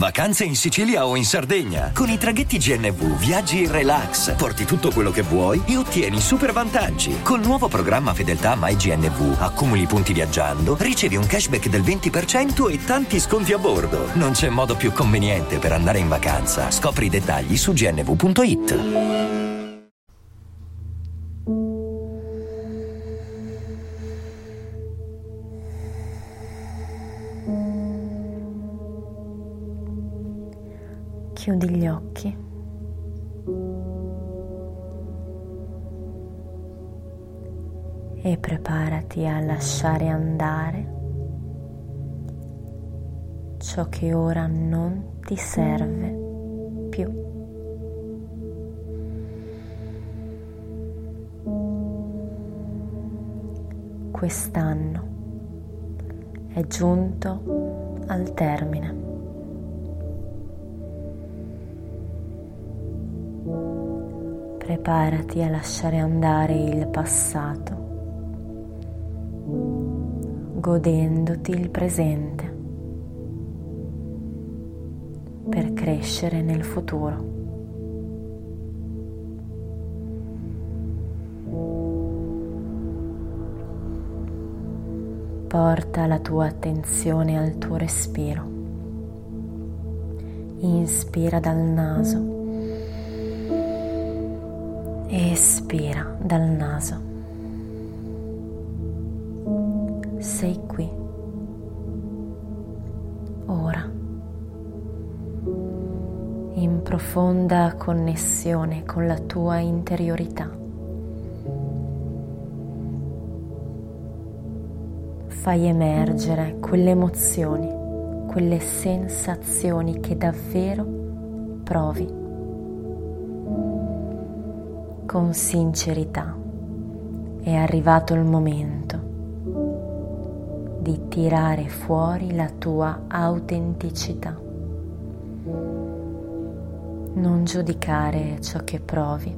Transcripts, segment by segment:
Vacanze in Sicilia o in Sardegna. Con i traghetti GNV viaggi in relax, porti tutto quello che vuoi e ottieni super vantaggi. Col nuovo programma Fedeltà MyGNV accumuli punti viaggiando, ricevi un cashback del 20% e tanti sconti a bordo. Non c'è modo più conveniente per andare in vacanza. Scopri i dettagli su gnv.it. Chiudi gli occhi e preparati a lasciare andare ciò che ora non ti serve più. Quest'anno è giunto al termine. Preparati a lasciare andare il passato, godendoti il presente, per crescere nel futuro. Porta la tua attenzione al tuo respiro. Inspira dal naso. Espira dal naso. Sei qui, ora, in profonda connessione con la tua interiorità. Fai emergere quelle emozioni, quelle sensazioni che davvero provi. Con sincerità è arrivato il momento di tirare fuori la tua autenticità. Non giudicare ciò che provi,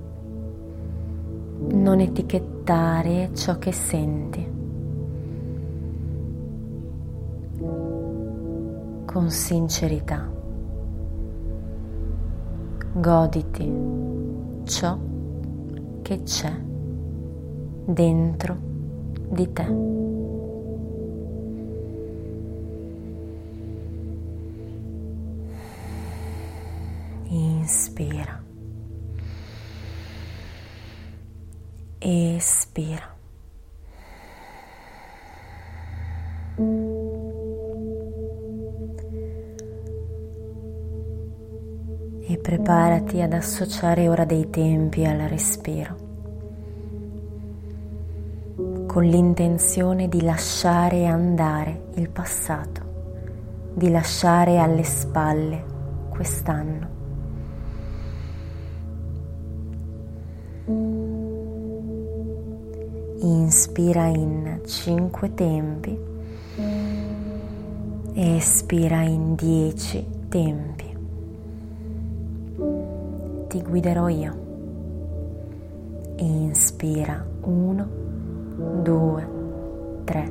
non etichettare ciò che senti. Con sincerità goditi ciò che c'è dentro di te. Inspira, espira. E preparati ad associare ora dei tempi al respiro, con l'intenzione di lasciare andare il passato, di lasciare alle spalle quest'anno. Inspira in 5 tempi, espira in 10 tempi. Ti guiderò io. Inspira 1, 2, 3,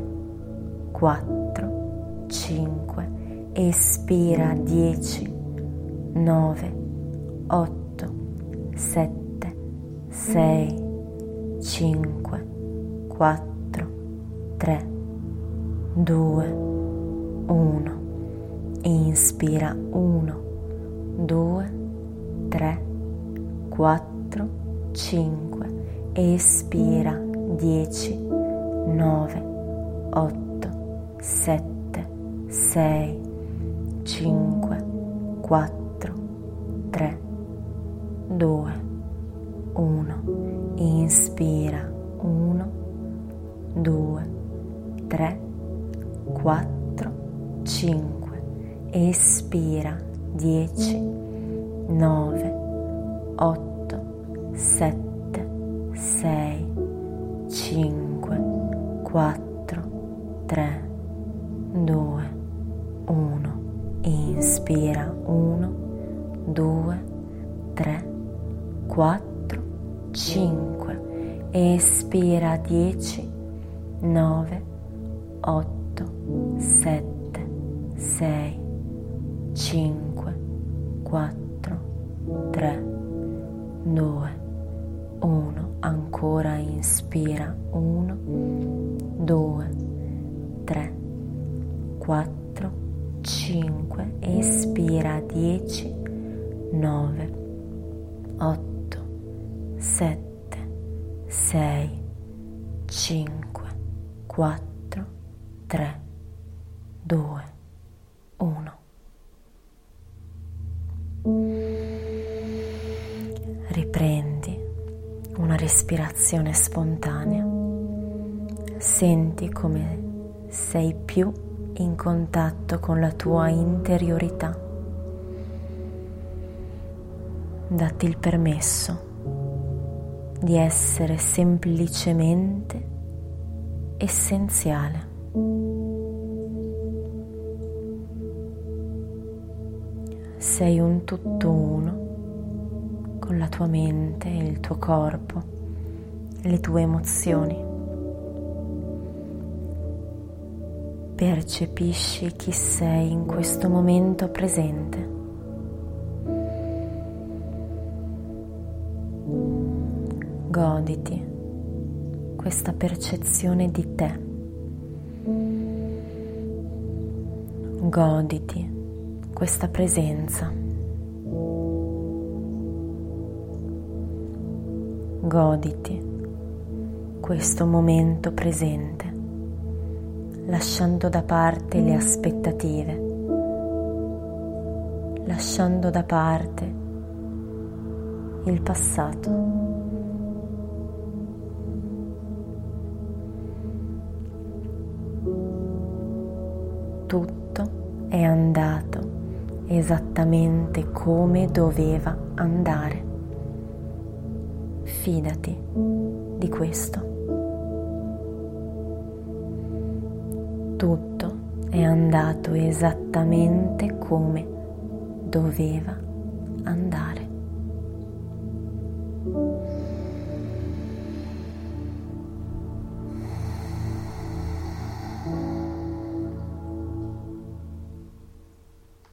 4, 5. Espira 10, 9, 8, 7, 6, 5, 4, 3, 2, 1. Inspira 1, 2, 3, 4, 5, espira 10, 9, 8, 7, 6, 5, 4, 3, 2, 1. Inspira 1, 2, 3, 4, 5, espira 10, 9, 8, 7, 6, 5, 4, 3, 2, 1. Inspira 1, 2, 3, 4, 5. Espira 10, 9, 8, 7, 6, 5, 4, 3, 2, 1. Ancora inspira. 1, 2, 3, 4, 5. Espira. 10, 9, 8, 7, 6, 5, 4, 3, 2, 1. Riprendi una respirazione spontanea. Senti come sei più in contatto con la tua interiorità. Datti il permesso di essere semplicemente essenziale. Sei un tutt'uno con la tua mente, il tuo corpo, le tue emozioni. Percepisci chi sei in questo momento presente. Goditi questa percezione di te. Goditi questa presenza. Goditi questo momento presente, lasciando da parte le aspettative, lasciando da parte il passato. Tutto è andato esattamente come doveva andare. Fidati di questo. Tutto è andato esattamente come doveva andare.